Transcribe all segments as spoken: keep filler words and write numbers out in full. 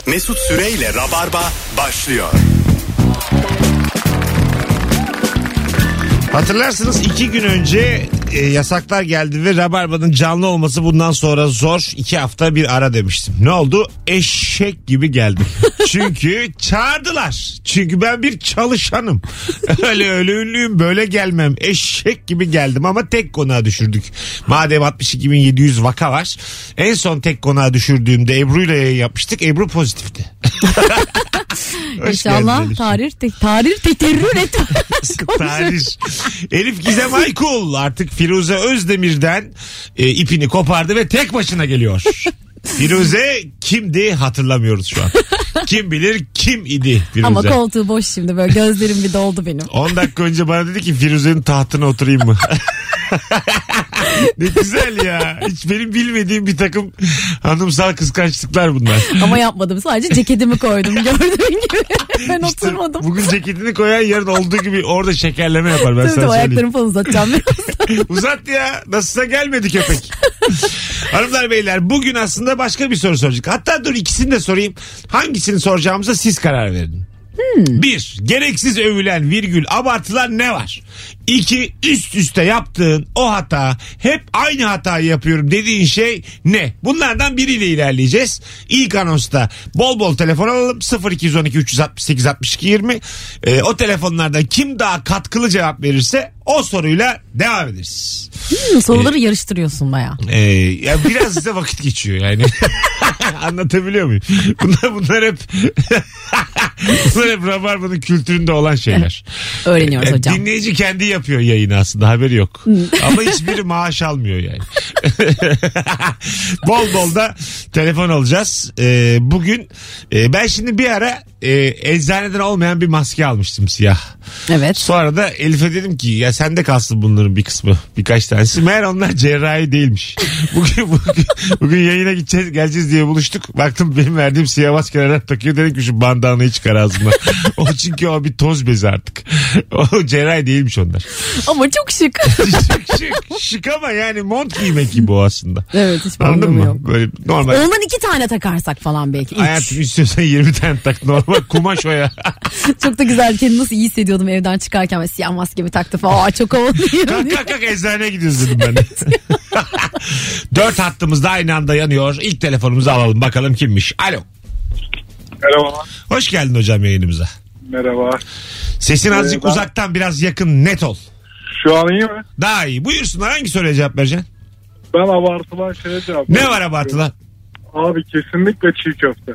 Mesut Süreyle Rabarba başlıyor. Hatırlarsınız iki gün önce e, yasaklar geldi ve Rabarba'nın canlı olması bundan sonra zor. İki hafta bir ara demiştim. Ne oldu? Eşek gibi geldim. Çünkü çağırdılar. Çünkü ben bir çalışanım. Öyle öyle ünlüyüm, böyle gelmem. Eşek gibi geldim ama tek konuğa düşürdük. Madem altmış iki bin yedi yüz vaka var. En son tek konuğa düşürdüğümde Ebru'yla yayın yapmıştık. Ebru pozitifti. İnşallah tarih te- tarih teterrür et. Tarih. Elif Gizem Aykul artık Firuze Özdemir'den e, ipini kopardı ve tek başına geliyor. Firuze kimdi hatırlamıyoruz şu an. Kim bilir kim idi Firuze. Ama koltuğu boş şimdi, böyle gözlerim bir doldu benim. on dakika önce bana dedi ki Firuze'nin tahtına oturayım mı? Ne güzel ya. Hiç benim bilmediğim bir takım hanımsal kıskançlıklar bunlar. Ama yapmadım, sadece ceketimi koydum gördüğün gibi. Ben İşte oturmadım. bugün ceketini koyan yarın olduğu gibi orada şekerleme yapar. Ben Tabii sana söyleyeyim. ayaklarımı falan uzatacağım birazdan. Uzat ya. Nasılsa gelmedi köpek. Hanımlar beyler, bugün aslında başka bir soru soracak. Hatta dur, ikisini de sorayım. Hangisini soracağımıza siz karar verin. Hmm. Bir, gereksiz övülen virgül abartılan ne var? İki, üst üste yaptığın o hata, hep aynı hatayı yapıyorum dediğin şey ne? Bunlardan biriyle ilerleyeceğiz. İlk anonsta bol bol telefon alalım. sıfır iki on iki üç altı sekiz altmış iki yirmi. Ee, o telefonlardan kim daha katkılı cevap verirse o soruyla devam ederiz. Hmm, soruları ee, yarıştırıyorsun bayağı. E, ya biraz size vakit geçiyor yani. Anlatabiliyor muyum? Bunlar, bunlar hep bunlar hep Rabarba'nın kültüründe olan şeyler. Öğreniyoruz yani hocam. Dinleyici kendi yapıyor yayını aslında, haberi yok. Ama hiçbiri maaş almıyor yani. Bol bol da telefon alacağız. Ee, bugün e, ben şimdi bir ara e, eczaneden olmayan bir maske almıştım, siyah. Evet. Sonra da Elif'e dedim ki ya sende kalsın bunların bir kısmı, birkaç tanesi. Meğer onlar cerrahi değilmiş. Bugün, bugün, bugün yayına gideceğiz, geleceğiz diye buluştuk. Baktım benim verdiğim siyah maskelerden takıyor. Dedim ki şu bandanayı çıkar ağzımdan. O çünkü o bir toz bezi artık. O cerrahi değilmiş onlar. Ama çok şık. şık şık. Şık ama yani mont giymek gibi o aslında. Evet, hiç anladın mı? Yok. Böyle normal. Ondan iki tane takarsak falan belki. Hayatım istiyorsan yirmi tane tak, normal kumaş o ya. Çok da güzel, kendimi nasıl iyi hissediyordum evden çıkarken ve siyah maskemi taktı falan. Aa, çok havalıyım. Kalk kalk kalk, eczaneye gidiyoruz dedim ben de. Dört hattımız da aynı anda yanıyor. İlk telefonumuzu alalım bakalım kimmiş. Alo. Merhaba. Hoş geldin hocam yayınımıza. Merhaba. Sesin azıcık ben... uzaktan, biraz yakın, net ol. Şu an iyi mi? Daha iyi. Buyursunlar, hangi soruya cevap vereceksin? Ben abartılan şeye cevap Ne var abartılan? Abi kesinlikle çiğ köfte.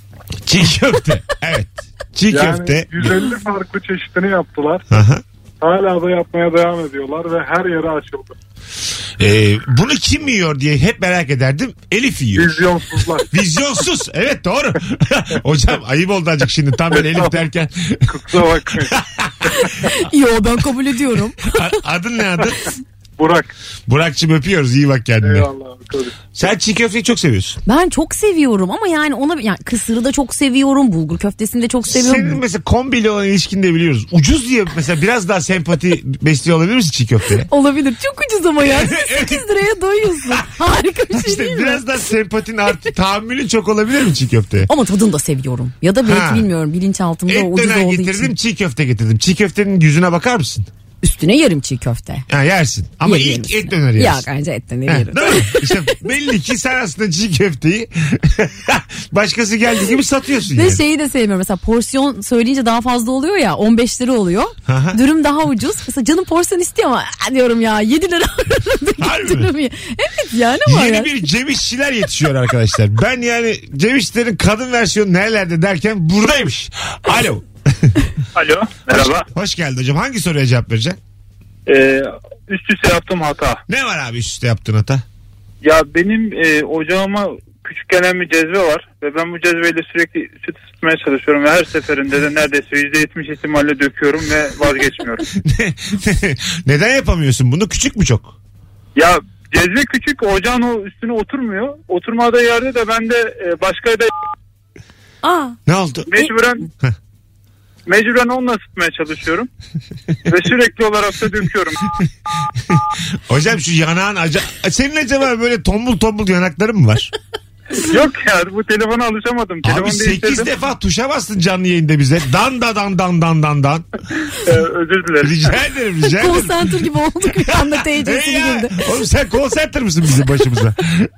Çiğ köfte. Evet. Çiğ yani köfte. yüz elli farklı çeşitini yaptılar. Aha. Hala da yapmaya devam ediyorlar ve her yere açıldı. Ee, bunu kim yiyor diye hep merak ederdim. Elif yiyor. Vizyonsuzlar. Vizyonsuz. Evet, doğru. Hocam ayıp oldu azıcık şimdi. Tam ben Elif derken. Kusura bakmayın. Yo, ben kabul ediyorum. Adın ne adın? Burak. Burak'cığım öpüyoruz. İyi bak kendine. Eyvallah. Tabii. Sen çiğ köfteyi çok seviyorsun. Ben çok seviyorum ama yani ona, yani kısırı da çok seviyorum. Bulgur köftesini de çok seviyorum. Senin mesela kombiyle olan ilişkini de biliyoruz. Ucuz diye mesela biraz daha sempati besliyor olabilir misin çiğ köfteye? Olabilir. Çok ucuz ama ya. sekiz liraya doyuyorsun. Harika bir şey İşte değil mi? biraz daha sempatin artı, tahammülün çok olabilir mi çiğ köfteye? Ama tadını da seviyorum. Ya da belki Ha. bilmiyorum, bilinçaltımda Et ucuz döner olduğu getirdim, için. çiğ köfte getirdim. Çiğ köftenin yüzüne bakar mısın? Üstüne yerim çiğ köfte. Ha, yersin. Ama Yerim ilk üstüne. et döner yersin. Yok, önce et döner Heh, yerim. değil mi? İşte belli ki sen aslında çiğ köfteyi başkası geldiği gibi satıyorsun Ve yani. şeyi de sevmiyorum. Mesela porsiyon söyleyince daha fazla oluyor ya. on beş lira oluyor. Aha. Dürüm daha ucuz. Mesela canım porsiyon istiyor ama diyorum ya yedi lira. Harbi mi? Evet ya, ne var Yeni ya? bir Cem İşçiler yetişiyor arkadaşlar. Ben yani Cem İşçilerin kadın versiyonu nerelerde derken buradaymış. Alo. Alo, merhaba. Hoş, hoş geldin hocam. Hangi soruya cevap vereceksin? Ee, üst üste yaptığım hata. Ne var abi üst üste yaptığın hata? Ya benim e, ocağıma küçük gelen bir cezve var ve ben bu cezveyle sürekli süt ısıtmaya çalışıyorum ve her seferinde de neredeyse yüzde yetmiş ihtimalle döküyorum ve vazgeçmiyorum. Neden yapamıyorsun bunu? Küçük mü çok? Ya cezve küçük, ocağın o üstüne oturmuyor. Oturmadığı yerde de ben de e, başka da Aa. Ne oldu? mecburen mecburen onunla ısıtmaya çalışıyorum ve sürekli olarak da döküyorum. Hocam şu yanağın acaba, senin acaba böyle tombul tombul yanakların mı var? Yok ya bu telefona alışamadım. Telefon Abi sekiz değiştirdim. defa tuşa bastın canlı yayında bize. Dan da dan dan dan dan dan. Ee, özür dilerim. Rica ederim rica Call ederim. center gibi olduk bir anda Hey tecrübesini ya, girdi. oğlum sen call center mısın bizim başımıza?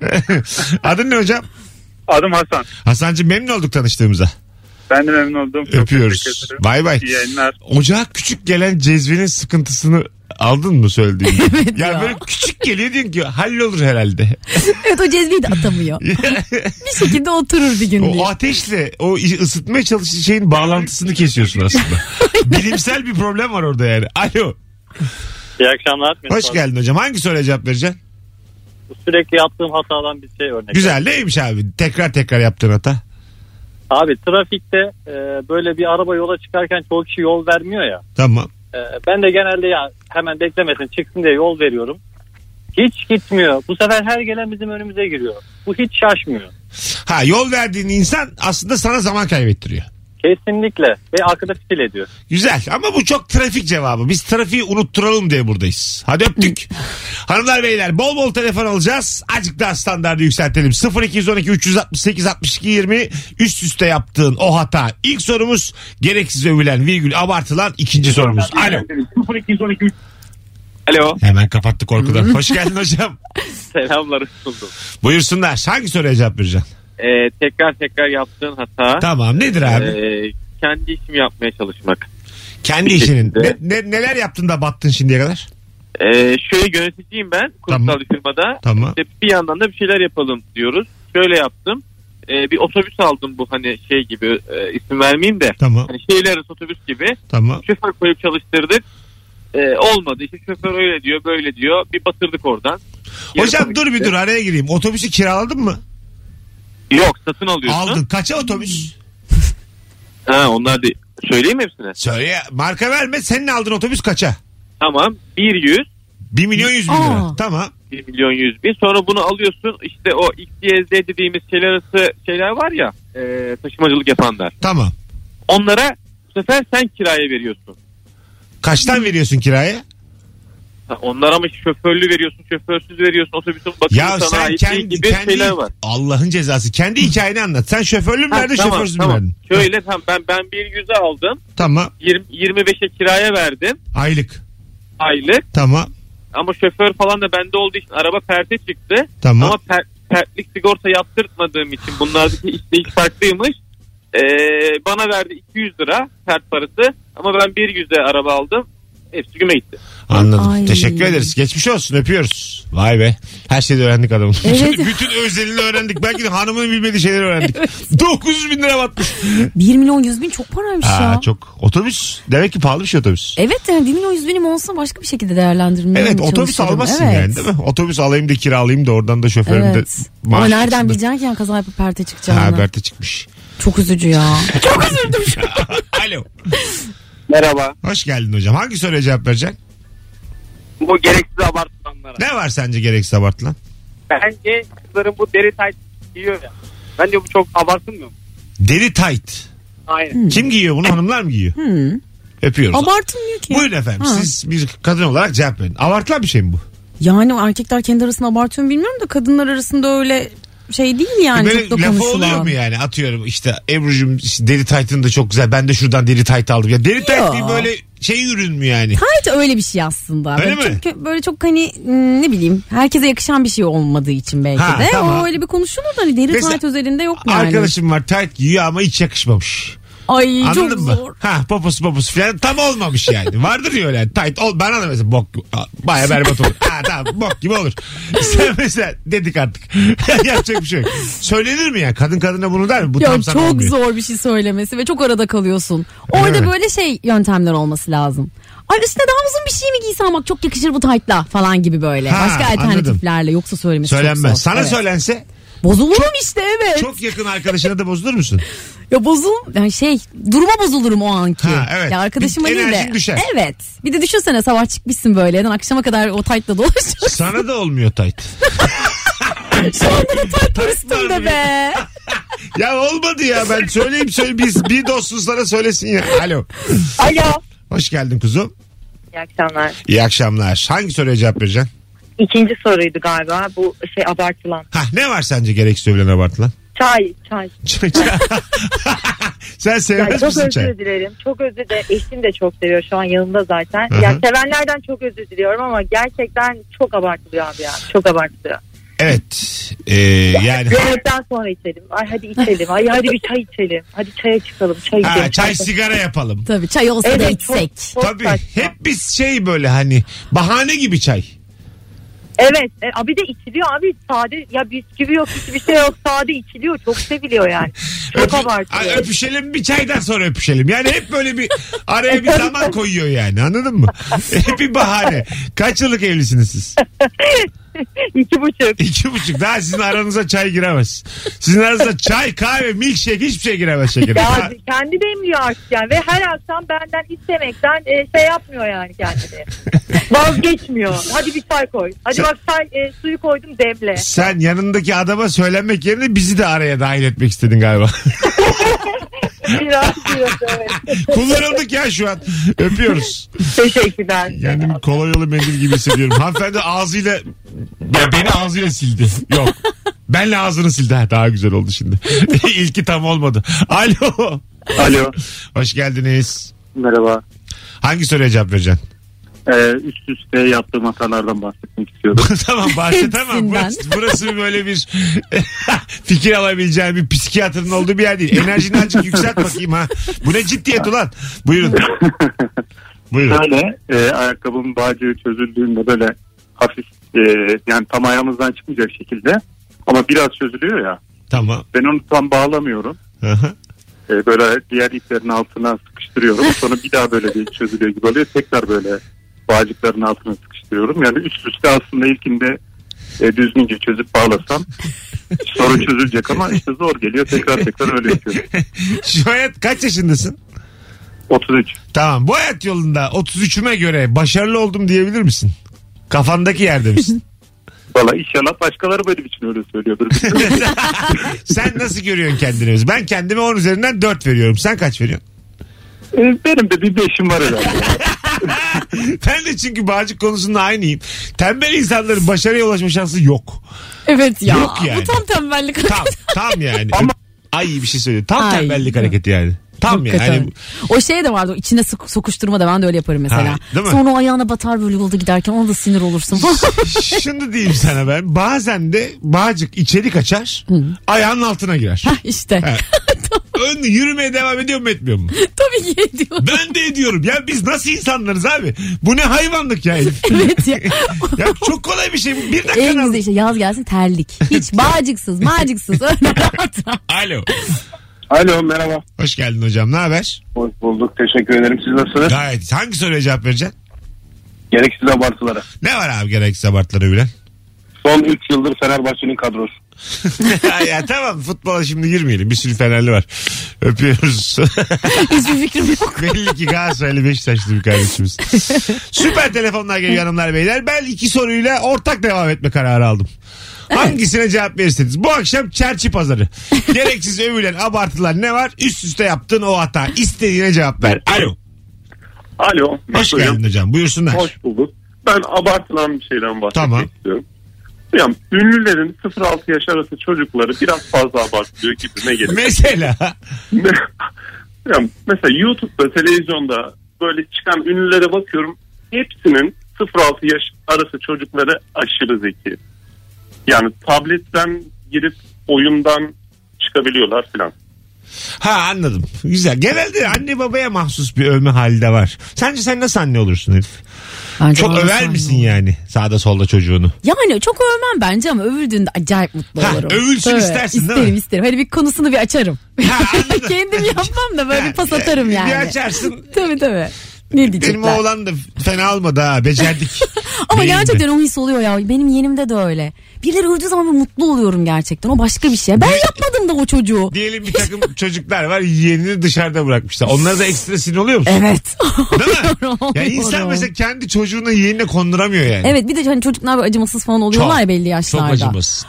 Adın ne hocam? Adım Hasan. Hasancığım memnun olduk tanıştığımıza. Ben de memnun oldum. Çok Öpüyoruz. teşekkür ederim. Bay bay. İyi yayınlar. Ocağa küçük gelen cezvenin sıkıntısını aldın mı söylediğini? Evet ya, ya. böyle küçük geliyor diyorsun ki hallolur herhalde. Evet o cezveyi de atamıyor. Bir şekilde oturur bir gün O diye. ateşle o ısıtmaya çalıştığı şeyin bağlantısını kesiyorsun aslında. Bilimsel bir problem var orada yani. Alo. İyi akşamlar. Hoş geldin hocam. Hangi soruya cevap vereceksin? Sürekli yaptığım hatadan bir şey örnek. Güzel neymiş abi? Tekrar tekrar yaptığın hata. Abi trafikte e, böyle bir araba yola çıkarken çoğu kişi yol vermiyor ya. Tamam. E, ben de genelde ya hemen beklemesin çıksın diye yol veriyorum. Hiç gitmiyor. Bu sefer her gelen bizim önümüze giriyor. Bu hiç şaşmıyor. Ha yol verdiğin insan aslında sana zaman kaybettiriyor. Kesinlikle. Ve arkada fitil ediyor. Güzel ama bu çok trafik cevabı. Biz trafiği unutturalım diye buradayız. Hadi öptük. Hanımlar beyler bol bol telefon alacağız. Azıcık daha standartı yükseltelim. sıfır iki on iki üç altı sekiz altmış iki yirmi üst üste yaptığın o hata. İlk sorumuz gereksiz övülen virgül abartılan ikinci sorumuz. Alo. sıfır iki on iki Alo. Hemen kapattı korkudan. Hoş geldin hocam. Selamlar buldum. Buyursunlar. Hangi soruya cevap vereceksin? Ee, tekrar tekrar yaptığın hata. Tamam nedir abi? Ee, kendi işimi yapmaya çalışmak. Kendi bir işinin. şekilde. Ne, ne- neler yaptın da battın şimdiye kadar? Ee, şöyle yöneticiyim ben kurumsal Tamam. bir firmada. Tamam. İşte bir yandan da bir şeyler yapalım diyoruz. Şöyle yaptım. Ee, bir otobüs aldım bu hani şey gibi e, isim vermeyeyim de. Tamam. Hani şehirler arası otobüs gibi. Tamam. Şoför koyup çalıştırdık. Ee, olmadı. İşte şoför öyle diyor böyle diyor. Bir batırdık oradan. Hocam Yarı dur bir gitti. dur araya gireyim. Otobüsü kiraladın mı? Yok satın alıyorsun. Aldın. Kaça otobüs? Ha, onlar da söyleyeyim mi hepsine? Söyle marka verme. Senin aldığın otobüs kaça? Tamam. bir yüz bir milyon yüz bin lira. Aa. Tamam. bir milyon yüz bin. Sonra bunu alıyorsun. İşte o X Y Z dediğimiz şeyler arası şeyler var ya. E, taşımacılık yapanlar. Tamam. Onlara bu sefer sen kiraya veriyorsun. Kaçtan veriyorsun kiraya? Ha, onlar ama şoförlü veriyorsun, şoförsüz veriyorsun, otobüsün bakımı Ya sana sen ait kendi, gibi kendi şeyler var. Allah'ın cezası. Kendi hikayeni anlat. Sen şoförlü mü Ha, verdin tamam, şoförsüz mü tamam. verdin? Şöyle tamam ben ben bir yüze aldım. Tamam. yirmi, yirmi beşe kiraya verdim Aylık. aylık. Tamam. Ama şoför falan da bende olduğu için araba perte çıktı. Tamam. Ama per, pertlik sigorta yaptırtmadığım için bunlardaki işleyiş farklıymış. Ee, bana verdi iki yüz lira pert parası ama ben bir yüze araba aldım. Hepsi güme gitti. Anladım. Ay. Teşekkür ederiz. Geçmiş olsun. Öpüyoruz. Vay be. Her şeyi de öğrendik adamın. Evet. Bütün özelini öğrendik. Belki de hanımının bilmediği şeyleri öğrendik. dokuz yüz bin lira batmış. bir milyon yüz bin çok paraymış Aa, ya. çok. Otobüs. Demek ki pahalı bir şey otobüs. Evet yani bir milyon yüz binim olsa başka bir şekilde değerlendirmeye Evet otobüs çalışırım. almazsın Evet. yani değil mi? Otobüs alayım da kiralayayım da oradan da şoförüm Evet. de Ama maaş nereden çıksın da. bileceksin ki yani kaza yapıp perte çıkacağını. Ha Bert'e çıkmış. Çok üzücü ya. Çok üzüldüm şu an. Alo. Merhaba. Hoş geldin hocam. Hangi soruya cevap vereceksin? Bu gereksiz abartılanlara. Ne var sence gereksiz abartılan? Bence kızların bu deri tayt giyiyor ya. Bence bu çok abartılmıyor mu? Deri tight. Aynen. Kim giyiyor bunu? Hanımlar mı giyiyor? Hmm. Öpüyoruz. Abartılmıyor ki. Buyurun efendim. Ha. Siz bir kadın olarak cevap verin. Abartılan bir şey mi bu? Yani erkekler kendi arasında abartıyor mu bilmiyorum da kadınlar arasında öyle şey değil yani. Böyle çok da lafı konuşulan. oluyor mu yani? Atıyorum işte Ebru'cum işte deri tight'ın da çok güzel. Ben de şuradan deri tight aldım. Ya deri tight Yok. değil böyle şey ürün mü yani? Tight öyle bir şey aslında. Öyle böyle mi? Çok, böyle çok hani hmm, ne bileyim herkese yakışan bir şey olmadığı için belki Ha, de. tamam. O öyle bir konuşulur da hani deri Mesela tight özelinde yok mu yani? Arkadaşım var tight giyiyor ama hiç yakışmamış. Ay Anladın çok mı? zor. Ha poposu poposu falan tam olmamış yani. Vardır ya öyle yani. Tight ol. Bana da mesela bok baya berbat olur. Ha tamam bok gibi olur. Sen mesela dedik artık. Yapacak bir şey yok. Söylenir mi ya? Kadın kadına bunu der mi? Bu Ya tam sana çok olmuyor. zor bir şey söylemesi ve çok arada kalıyorsun. Öyle Orada mi? böyle şey yöntemler olması lazım. Ay üstüne daha uzun bir şey mi giysem bak çok yakışır bu taytla falan gibi böyle. Ha, Başka alternatiflerle yoksa söylemesi çok Söylenmez. zor. Sana Evet. söylense Bozulurum işte evet. çok yakın arkadaşına da bozulur musun? Ya bozul yani şey duruma bozulurum o anki. Ha, evet. Ya arkadaşıma Bir değil enerjin de. düşer. Evet. Bir de düşünsene sabah çıkmışsın böyle yani akşama kadar o taytla dolaşıyorsun. Sana da olmuyor tight. Şu anda da tayt var üstümde be. Ya olmadı ya ben söyleyeyim söyle biz bir dostun sana söylesin ya. Alo. Alo. Hoş geldin kuzum. İyi akşamlar. İyi akşamlar. Hangi soruya cevap vereceksin? İkinci soruydu galiba bu şey abartılan. Ha, ne var sence gereksiz övülen abartılan? Çay, çay. Çay, çay. Sen sevmez Ya çok misin özür çay? dilerim. Çok özür dilerim. Eşim de çok seviyor şu an yanında zaten. Hı hı. Ya sevenlerden çok özür diliyorum ama gerçekten çok abartılıyor abi ya. Çok abartılıyor. Evet. Ee, yani. Yemekten sonra içelim. Ay hadi içelim. Ay hadi bir çay içelim. Hadi çaya çıkalım. Çay Ha, içelim. çay sigara yapalım. Tabii çay olsa Evet, da çok- içsek. çok Tabii. saçma. Hep biz şey böyle hani bahane gibi çay. Evet. E, abi de içiliyor abi. Sade ya bisküvi yok hiçbir şey yok. Sade içiliyor. Çok seviliyor yani. Çok Öpü- abartılıyor. Ay, öpüşelim bir çaydan sonra öpüşelim. Yani hep böyle bir araya bir zaman koyuyor yani, anladın mı? Hep bir bahane. Kaç yıllık evlisiniz siz? İki buçuk. İki buçuk. Daha sizin aranıza çay giremez. Sizin aranıza çay, kahve, milkshake hiçbir şey giremez şekerim. Ya kendi demliyor artık yani ve her akşam benden istemekten e, şey yapmıyor yani kendini. Vazgeçmiyor. Hadi bir çay koy. Hadi Sen- bak çay e, suyu koydum demle. Sen yanındaki adama söylenmek yerine bizi de araya dahil etmek istedin galiba. Biraz biraz evet. Kullanıldık ya şu an. Öpüyoruz. Teşekkürler. Kendimi kolonyalı mendil gibi hissediyorum. Hanımefendi ağzıyla ya beni ağzıyla sildi. Yok. Benle ağzını sildi. Ha, daha güzel oldu şimdi. İlki tam olmadı. Alo. Alo. Hoş geldiniz. Merhaba. Hangi soruya cevap vereceksin? Ee, üst üste yaptığım hatalardan bahsetmek istiyordum. Tamam bahset ama Hepsinden. burası, burası böyle bir fikir alabileceğin bir psikiyatrın olduğu bir yer değil. Enerjini azıcık yükselt bakayım ha. Bu ne ciddiyet ulan? Buyurun. Buyurun. Şöyle e, ayakkabımın bağcığı çözüldüğünde böyle hafif e, yani tam ayağımızdan çıkmayacak şekilde ama biraz çözülüyor ya. Tamam. Ben onu tam bağlamıyorum. Aha. E, böyle diğer iplerin altına sıkıştırıyorum. Sonra bir daha böyle bir çözülüyor gibi oluyor. Tekrar böyle bağcıkların altına sıkıştırıyorum. Yani üst üste aslında ilkinde e, düzgünce çözüp bağlasam sorun çözülecek ama işte zor geliyor. Tekrar tekrar öyle yapıyorum. Şu hayat kaç yaşındasın? otuz üç. Tamam, bu hayat yolunda otuz üçüme göre başarılı oldum diyebilir misin? Kafandaki yerde misin? Valla inşallah başkaları benim için öyle söylüyordur. Sen nasıl görüyorsun kendini? Ben kendime on üzerinden dört veriyorum. Sen kaç veriyorsun? E, benim de bir beşim var herhalde. Ben de çünkü bağcık konusunda aynıyım. Tembel insanların başarıya ulaşma şansı yok. Evet ya. Yok yani. Bu tam tembellik. Tam tam yani. Ama- Ay bir şey söyleyeyim. Tam Ay. tembellik hareketi yani. Tam Hakikaten. yani. O şey de vardı, o içine sok- sokuşturma da ben de öyle yaparım mesela. Ha, değil mi? Sonra o ayağına batar böyle yolda giderken, ona da sinir olursun falan. Şunu diyeyim sana ben. Bazen de bağcık içeri kaçar. Ayağının altına girer. Hah, işte. Ha. Ön yürümeye devam ediyor mu etmiyor mu? Tabii ki ediyorum. Ben de ediyorum. Ya biz nasıl insanlarız abi? Bu ne hayvanlık ya Elif? Evet ya. Ya çok kolay bir şey bu. Bir dakika. En al- güzel işte yaz gelsin terlik. Hiç bağcıksız macıksız öyle rahat rahat. Alo. Alo merhaba. Hoş geldin hocam. Ne haber? Hoş bulduk. Teşekkür ederim. Siz nasılsınız? Gayet. Hangi soruya cevap vereceksin? Gereksiz abartılara. Ne var abi gereksiz abartıları övülen? Son üç yıldır Fenerbahçe'nin kadrosu. Ya tamam, futbola şimdi girmeyelim. Bir sürü Fenerli var. Öpüyoruz. Hiçbir fikrim yok. Belli ki Galatasaraylı Beşiktaşlı bir kardeşimiz. Süper telefonlar geliyor hanımlar beyler. Ben iki soruyla ortak devam etme kararı aldım. Hangisine cevap verirseniz. Bu akşam çerçi pazarı. Gereksiz övülen abartılar ne var? Üst üste yaptığın o hata. İstediğine cevap ver. Alo. Alo. Hoş geldin hocam. Buyursunlar. Hoş bulduk. Ben abartılan bir şeyden bahsetmek Tamam. istiyorum. Yani ünlülerin sıfır altı yaş arası çocukları biraz fazla abartılıyor gibime geliyor. Mesela. Yani mesela YouTube'da, televizyonda böyle çıkan ünlülere bakıyorum. Hepsinin sıfır altı yaş arası çocukları aşırı zeki. Yani tabletten girip oyundan çıkabiliyorlar filan. Ha, anladım. Güzel. Genelde anne babaya mahsus bir övme hali de var. Sence sen nasıl anne olursun Elif? Bence Çok orası över aynı misin olur. yani sağda solda çocuğunu? Yani çok övmem bence ama övüldüğünde acayip mutlu Ha, olurum. övülsün istersin değil mi? İsterim isterim. Hadi bir konusunu bir açarım. Ha, anladım. Kendim yapmam da böyle Ha, bir pas atarım yani. Bir açarsın. Tabii tabii. Ne Benim diyecekler? oğlan da fena olmadı ha. Becerdik. Ama Beğendi. gerçekten o his oluyor ya. Benim yeğenimde de öyle. Birileri övdüğü zaman ben mutlu oluyorum gerçekten. O başka bir şey. Ben yapmadım da o çocuğu. Diyelim bir takım çocuklar var, yeğenini dışarıda bırakmışlar. Onlara da ekstra sinir oluyor musun? Evet. Değil mi? Oluyorum. Ya insan mesela kendi çocuğuna yeğenine konduramıyor yani. Evet, bir de hani çocuklar böyle acımasız falan oluyorlar ya belli yaşlarda. Çok acımasız tabii.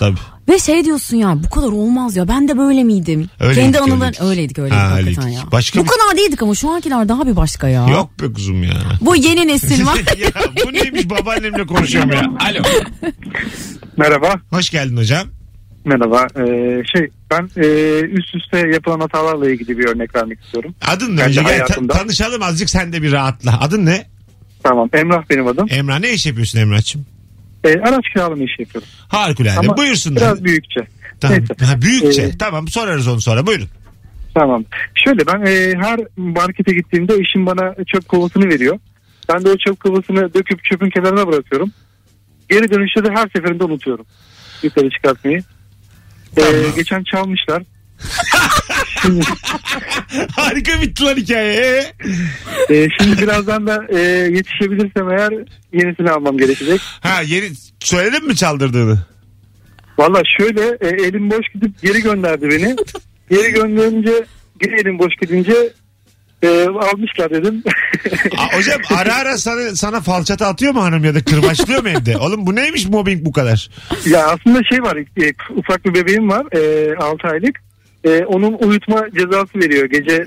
Ve şey diyorsun ya, bu kadar olmaz ya, ben de böyle miydim? Öyleydik, Kendi anılar öyleydik. öyleydik öyleydik Ha, hakikaten öyleydik. ya. Başka bu bir- kadar değildik ama şu ankiler daha bir başka ya. Yok be kuzum ya. Bu yeni nesil var. Ya bu neymiş, babaannemle konuşuyorum ya. Alo. Merhaba. Hoş geldin hocam. Merhaba. Ee, şey ben e, üst üste yapılan hatalarla ilgili bir örnek vermek istiyorum. Adın ne? Kendi Önce gel, ta- hayatımda. tanışalım azıcık, sen de bir rahatla. Adın ne? Tamam. Emrah benim adım. Emrah, ne iş yapıyorsun Emrah'cığım? Ee, araç kiralama işi yapıyorum. Harikulade. Ama Buyursunlar. biraz büyükçe. Tamam. Neyse. Ha, büyükçe. Ee, Tamam, sorarız onu sonra. Buyurun. Tamam. Şöyle ben e, her markete gittiğimde eşim bana çöp kovasını veriyor. Ben de o çöp kovasını döküp çöpün kenarına bırakıyorum. Geri dönüşte de her seferinde unutuyorum yukarı çıkartmayı. Tamam. Ee, geçen çalmışlar. Şimdi, Harika bitti lan hikaye. Ee? e, şimdi birazdan da e, yetişebilirsem eğer yenisini almam gerekecek. Ha, yeni söyledin mi çaldırdığını? Valla şöyle e, elim boş gidip geri gönderdi beni. Geri gönderince geri elim boş gidince e, almışlar dedim. Aa, hocam ara ara sana, sana falçata atıyor mu hanım ya da kırbaçlıyor mu evde? Oğlum bu neymiş mobbing bu kadar? Ya aslında şey var, e, ufak bir bebeğim var, e, altı aylık. E, onun uyutma cezası veriyor gece.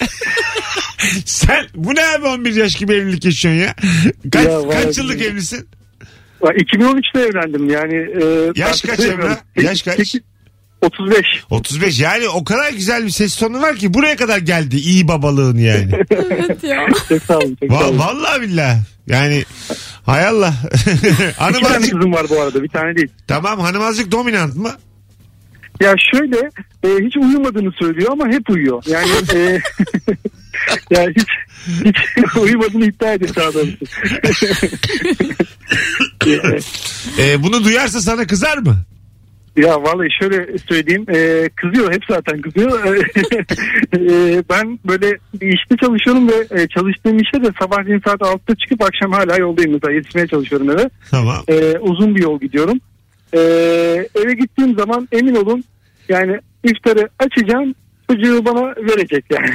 Sen bu ne abi, on bir yaş gibi evlilik yaşıyorsun ya? Kaç, Ya var kaç yıllık ya. evlisin? iki bin on üçte evlendim yani. E, Yaş artık kaç bilmiyorum. Emrah? Yaş kaç? Sekiz- otuz beş. otuz beş, yani o kadar güzel bir ses tonu var ki buraya kadar geldi iyi babalığın yani. Evet ya. Çok sağ olun. Çok sağ Va- olun. vallahi billahi. Yani hay Allah. Hanım İki tane azıcık, kızım var bu arada, bir tane değil. tamam, hanım azıcık dominant mı? Ya şöyle e, hiç uyumadığını söylüyor ama hep uyuyor. Yani e, ya hiç hiç uyumadığını iddia ediyor daha doğrusu. Ee, bunu duyarsa sana kızar mı? Ya vallahi şöyle söyleyeyim, e, kızıyor, hep zaten kızıyor. e, ben böyle bir işte çalışıyorum ve e, çalıştığım işte de sabahleyin saat altıda çıkıp akşam hala yoldayım, mesela yetişmeye çalışıyorum eve. Tamam. E, uzun bir yol gidiyorum. E, eve gittiğim zaman emin olun yani iftarı açacağım, çocuğu bana verecek yani.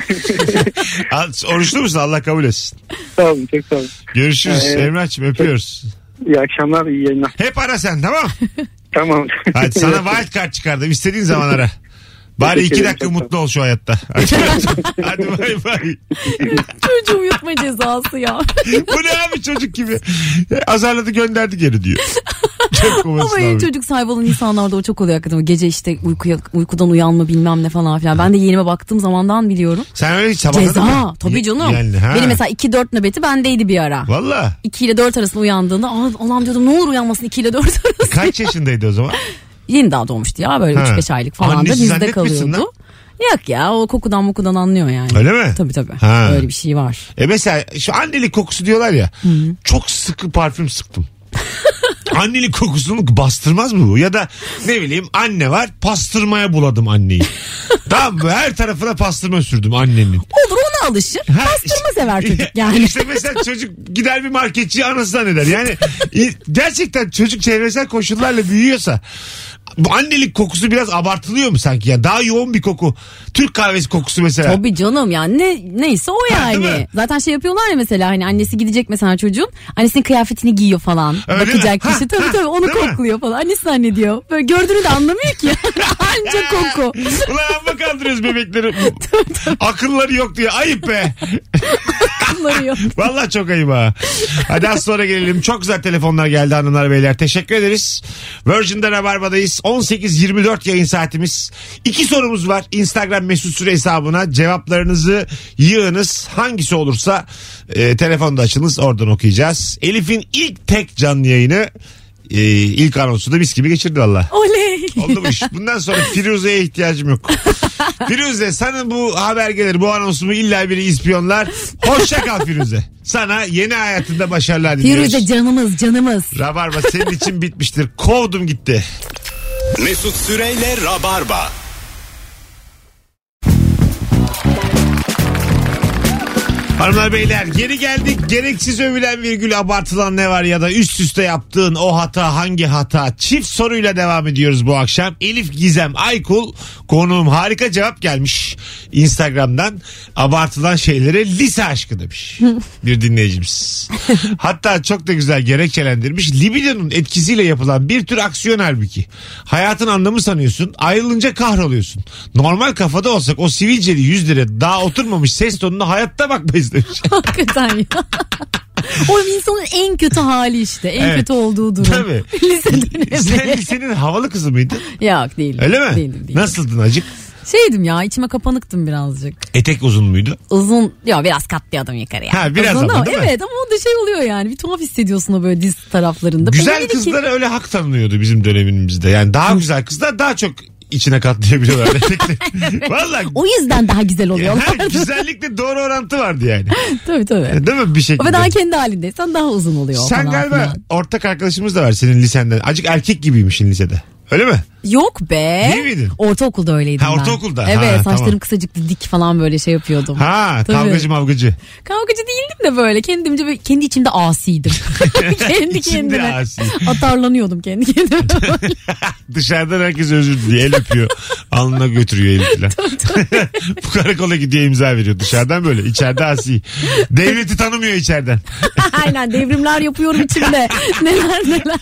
Al, oruçlu musun? Allah kabul etsin. Sağ olun, çok sağ olun. Görüşürüz Ee, Emrah'cığım, öpüyoruz. İyi akşamlar, iyi yayınlar. Hep ara sen, tamam. Tamam. Hadi sana wild card çıkardım. İstediğin zaman ara. Bari iki ederim, dakika çok mutlu ol şu hayatta. Hadi bay bay. Çocuğu uyutma cezası ya. Bu ne abi, çocuk gibi. Azarladı gönderdi geri diyor. Çok Ama kovasın en abi. çocuk sahibi olan insanlarda o çok oluyor hakikaten. Gece işte uykuya, uykudan uyanma bilmem ne falan filan. Ben de yeğenime baktığım zamandan biliyorum. Sen öyle hiç sabahladın Ceza mı? tabii canım. Yani, ha. Benim mesela iki dört nöbeti bendeydi bir ara. Valla. iki ile dört arasında uyandığında Allah'ım diyordum, ne olur uyanmasın iki ile dört arasında. Kaç yaşındaydı o zaman? Yeni daha doğmuştu ya, böyle Ha. üç beş aylık falan da Annesi bizde zannetmişsin kalıyordu. lan. Yok ya, o kokudan mokudan anlıyor yani. Öyle mi? Tabii tabii. Ha. Öyle bir şey var. E mesela şu annelik kokusu diyorlar ya. Çok sıkı parfüm sıktım. Annelik kokusunu bastırmaz mı bu? Ya da ne bileyim, anne var, pastırmaya buladım anneyi. Tamam mı? Her tarafına pastırma sürdüm annenin. Olur, ona alışır. Ha, Pastırma sever çocuk yani. İşte mesela çocuk gider bir marketçiyi anası zanneder. Yani e, gerçekten çocuk çevresel koşullarla büyüyorsa bu annelik kokusu biraz abartılıyor mu sanki? Ya daha yoğun bir koku. Türk kahvesi kokusu mesela. Tabii canım yani, ne neyse o Ha, değil mi? yani. Zaten şey yapıyorlar ya mesela, hani annesi gidecek mesela çocuğun. Annesinin kıyafetini giyiyor falan. Öyle Bakacak mi? kişi Ha, tabii ha, tabii onu değil mi? kokluyor falan. Annesi zannediyor. Böyle gördüğünü de anlamıyor ki. Anca koku. Ulan amma kandırıyoruz bebekleri. Akılları yok diye. Ayıp be. Anlamıyor. Vallahi çok ayıp ha. Hadi az sonra gelelim. Çok güzel telefonlar geldi hanımlar beyler. Teşekkür ederiz. Virgin'de Rabarba'dayız. on sekiz yirmi dört yayın saatimiz. İki sorumuz var. Instagram mesut süre hesabına cevaplarınızı yığınız. Hangisi olursa e, telefonda açınız. Oradan okuyacağız. Elif'in ilk tek canlı yayını, e, ilk anonsu da mis gibi geçirdi valla. Oley. Oldu bu iş. Bundan sonra Firuze'ye ihtiyacım yok. Firuze, sana bu haber gelir, bu anonsumu illa biri ispiyonlar. Hoşça kal Firuze. Sana yeni hayatında başarılar diliyoruz. Firuze canımız canımız. Rabarba senin için bitmiştir. Kovdum gitti. Mesut Süreyle Rabarba. Hanımlar beyler geri geldik. Gereksiz övülen virgül abartılan ne var ya da üst üste yaptığın o hata hangi hata? Çift soruyla devam ediyoruz bu akşam. Elif Gizem Aykul konuğum, harika cevap gelmiş Instagram'dan. Abartılan şeylere lise aşkı demiş bir dinleyicimiz. Hatta çok da güzel gerekçelendirmiş. Libidonun etkisiyle yapılan bir tür aksiyon halbuki. Hayatın anlamı sanıyorsun, ayrılınca kahroluyorsun. Normal kafada olsak o sivilceli yüzlere daha oturmamış ses tonuna hayatta bakmayız demiş. Hakikaten ya. O insanın en kötü hali işte. En Evet. kötü olduğu durum. Tabii. Lise dönemi. Sen lisenin havalı kızı mıydın? Yok değilim. Öyle mi? Değilim, değilim. Nasıldın acık? Şeydim ya, içime kapanıktım birazcık. Etek uzun muydu? Uzun, ya biraz katlıyordum yukarıya. Ha, biraz Uzun ama değil mi? Evet, ama o da şey oluyor yani. Bir tuhaf hissediyorsun o böyle diz taraflarında. Güzel Belli ki- kızlara öyle hak tanınıyordu bizim dönemimizde. Yani daha güzel kızlar daha çok içine katlayabiliyorlar. Vallahi. O yüzden daha güzel oluyorlar. Ha, güzellikle doğru orantı vardı yani. Tabii tabii. Değil mi bir şekilde? Ve daha kendi halindeysen daha uzun oluyor. Sen falan galiba filan. ortak arkadaşımız da var senin lisenden. Acık erkek gibiymişsin lisede. Öyle mi? Yok be. Değil miydin? Ortaokulda öyleydim Ha, ben. ortaokulda. Evet, Ha, saçlarım tamam. kısacık, dik falan böyle şey yapıyordum. Ha, Tabii. kavgacı mavgacı. Kavgacı değildim de böyle kendimce böyle, kendi içimde asiydim. kendi İçinde kendime. asi. Atarlanıyordum kendi kendime. Dışarıdan herkes özür diliyor. El öpüyor. Alnına götürüyor eli falan. Bu karakola gidiyor imza veriyor. Dışarıdan böyle. İçeride asi. Devleti tanımıyor içeriden. Aynen, devrimler yapıyorum içimde. neler neler.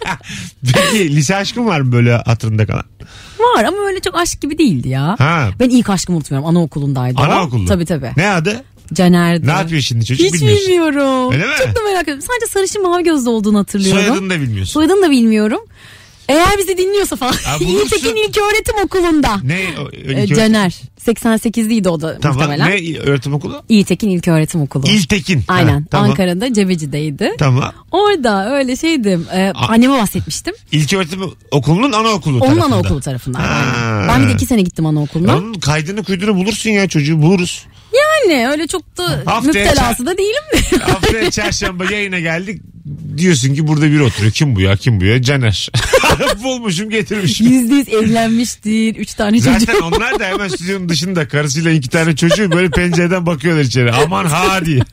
Peki lise aşkın var mı böyle hatırında kalan? Var ama öyle çok aşk gibi değildi ya. Ha. Ben ilk aşkımı unutmuyorum. Anaokulundaydı. o. Anaokulu. Tabii tabii. Ne adı? Caner'di. Ne yapıyor şimdi çocuk Hiç bilmiyorsun. bilmiyorum. Öyle mi? Çok da merak ediyorum. Sadece sarışın mavi gözlü olduğunu hatırlıyorum. Soyadını da bilmiyorsun. Soyadını da bilmiyorum. Eğer bizi dinliyorsa falan. Ha, bulursun. İltekin İlköğretim Okulu'nda. Ne? O, Ee, ilk öğretim- Caner. seksen sekizliydi o da Tamam. muhtemelen. Ne öğretim okulu? İltekin İlköğretim Okulu. İltekin. Aynen. Ha, tamam. Ankara'da Cebeci'deydi. Tamam. Orada öyle şeydim. E, A- anneme bahsetmiştim. İlk öğretim okulunun anaokulu Onun tarafında. anaokulu tarafından. Ha. Aynen. Ben bir de iki sene gittim anaokuluna. Onun kaydını kuydunu bulursun ya çocuğu buluruz. Yani öyle çok da Haftaya müptelası da değilim de. Haftaya çarşamba yayına geldik. Diyorsun ki burada biri oturuyor. Kim bu ya? Kim bu ya? Caner. Bulmuşum getirmişim. Yüzde yüz evlenmiştir. Üç tane Zaten çocuk. onlar da hemen stüdyonun dışında karısıyla iki tane çocuğu böyle pencereden bakıyorlar içeri. Aman ha diye.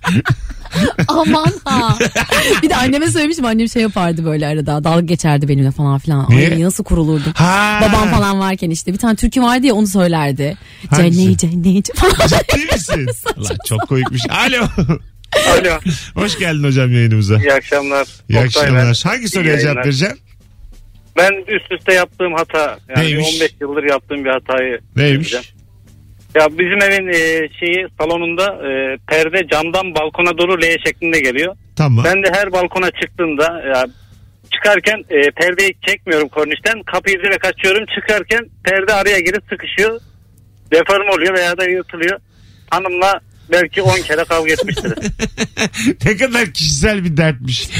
Aman ha. Bir de anneme söylemiştim. Annem şey yapardı böyle arada. Dalga geçerdi benimle falan filan. Niye? Ay, nasıl kurulurdum. Ha. Babam falan varken işte. Bir tane türkü vardı ya, onu söylerdi. Hangisi? Cenneyi cenneyi falan. Ciddi misin? Allah çok koyukmuş. Alo. Alo. Hoş geldin hocam yayınımıza. İyi akşamlar. İyi Oktay akşamlar. ben. Hangi İyi soruya cevap yayınlar. vereceksin? Ben üst üste yaptığım hata. Yani Neymiş? on beş yıldır yaptığım bir hatayı. Neymiş? söyleyeceğim. Ya bizim evin e, şeyi salonunda e, perde camdan balkona doğru L şeklinde geliyor. Tamam. Ben de her balkona çıktığımda ya, çıkarken e, perdeyi çekmiyorum kornişten. Kapıyı direkt açıyorum. Çıkarken perde araya girip sıkışıyor. Deforme oluyor veya da yırtılıyor. Hanımla belki on kere kavga etmiştir. Ne kadar kişisel bir dertmiş.